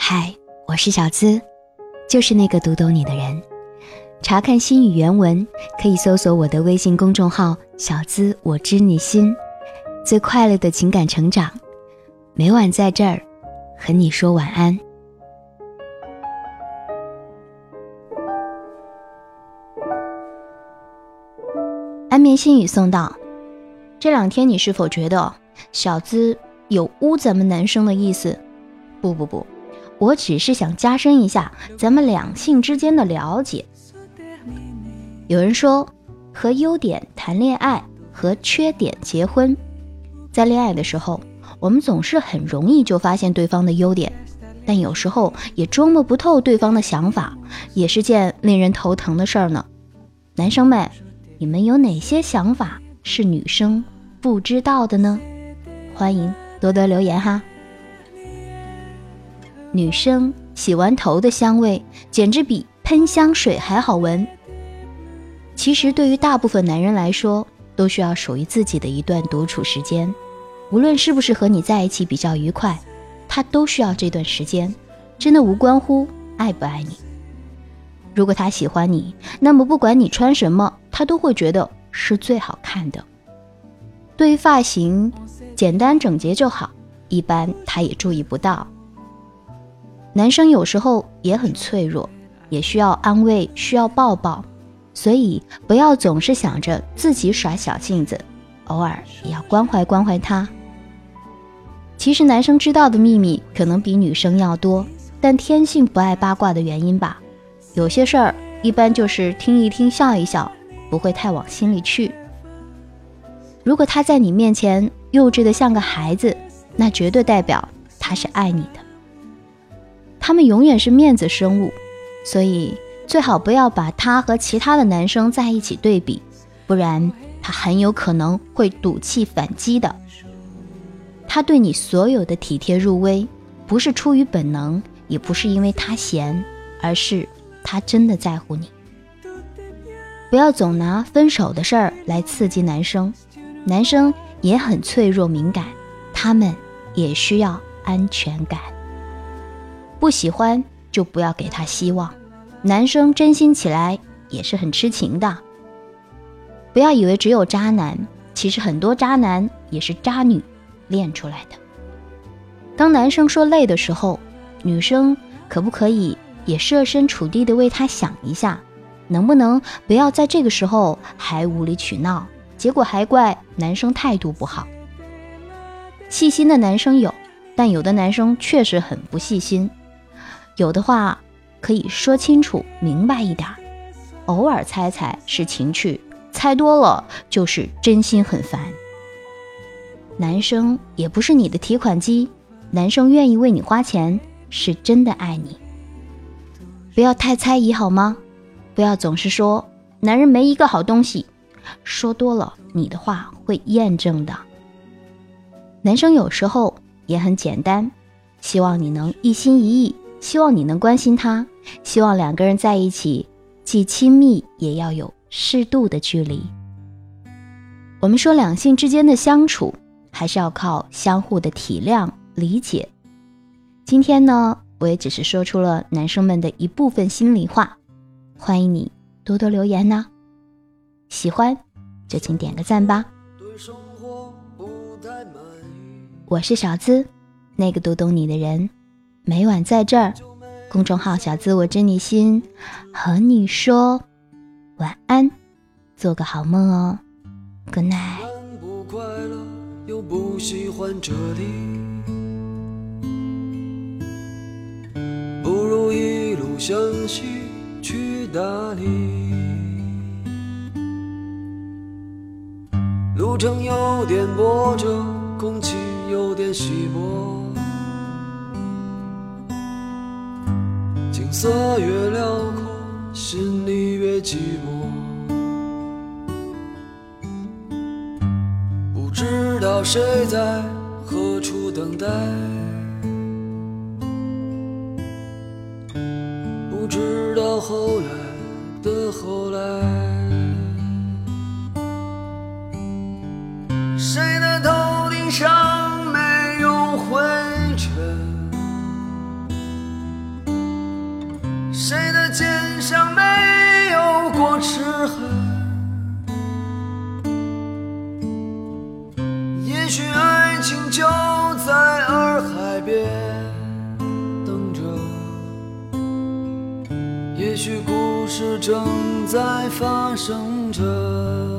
嗨，我是小资，就是那个读懂你的人。查看心语原文，可以搜索我的微信公众号小资我知你心，最快乐的情感成长，每晚在这儿和你说晚安。安眠心语送到。这两天你是否觉得小资有污咱们男生的意思？不，我只是想加深一下咱们两性之间的了解。有人说，和优点谈恋爱，和缺点结婚。在恋爱的时候，我们总是很容易就发现对方的优点，但有时候也捉摸不透对方的想法，也是件令人头疼的事儿呢。男生们，你们有哪些想法是女生不知道的呢？欢迎多多留言哈。女生洗完头的香味简直比喷香水还好闻。其实对于大部分男人来说，都需要属于自己的一段独处时间，无论是不是和你在一起比较愉快，他都需要这段时间，真的无关乎爱不爱你。如果他喜欢你，那么不管你穿什么，他都会觉得是最好看的。对于发型，简单整洁就好，一般他也注意不到。男生有时候也很脆弱，也需要安慰，需要抱抱，所以不要总是想着自己耍小性子，偶尔也要关怀关怀他。其实男生知道的秘密可能比女生要多，但天性不爱八卦的原因吧，有些事儿一般就是听一听笑一笑，不会太往心里去。如果他在你面前幼稚得像个孩子，那绝对代表他是爱你的。他们永远是面子生物，所以最好不要把他和其他的男生在一起对比，不然他很有可能会赌气反击的。他对你所有的体贴入微，不是出于本能，也不是因为他闲，而是他真的在乎你。不要总拿分手的事儿来刺激男生，男生也很脆弱敏感，他们也需要安全感。不喜欢就不要给他希望，男生真心起来也是很痴情的。不要以为只有渣男，其实很多渣男也是渣女练出来的。当男生说累的时候，女生可不可以也设身处地的为他想一下，能不能不要在这个时候还无理取闹，结果还怪男生态度不好。细心的男生有，但有的男生确实很不细心，有的话可以说清楚明白一点，偶尔猜猜是情趣，猜多了就是真心很烦。男生也不是你的提款机，男生愿意为你花钱是真的爱你。不要太猜疑好吗？不要总是说男人没一个好东西，说多了你的话会验证的。男生有时候也很简单，希望你能一心一意，希望你能关心他，希望两个人在一起既亲密也要有适度的距离。我们说两性之间的相处还是要靠相互的体谅理解。今天呢，我也只是说出了男生们的一部分心里话，欢迎你多多留言呢。喜欢就请点个赞吧。我是小资，那个读懂你的人，每晚在这儿，公众号小资我知你心，和你说晚安，做个好梦哦。 Good night。 不快乐又不喜欢这里，不如一路向西去大理，路程有点波折，空气有点稀薄，景色越辽阔，心里越寂寞，不知道谁在何处等待，不知道后来的后来，谁的头顶上没有灰尘， 痕，也许爱情就在洱海边等着，也许故事正在发生着。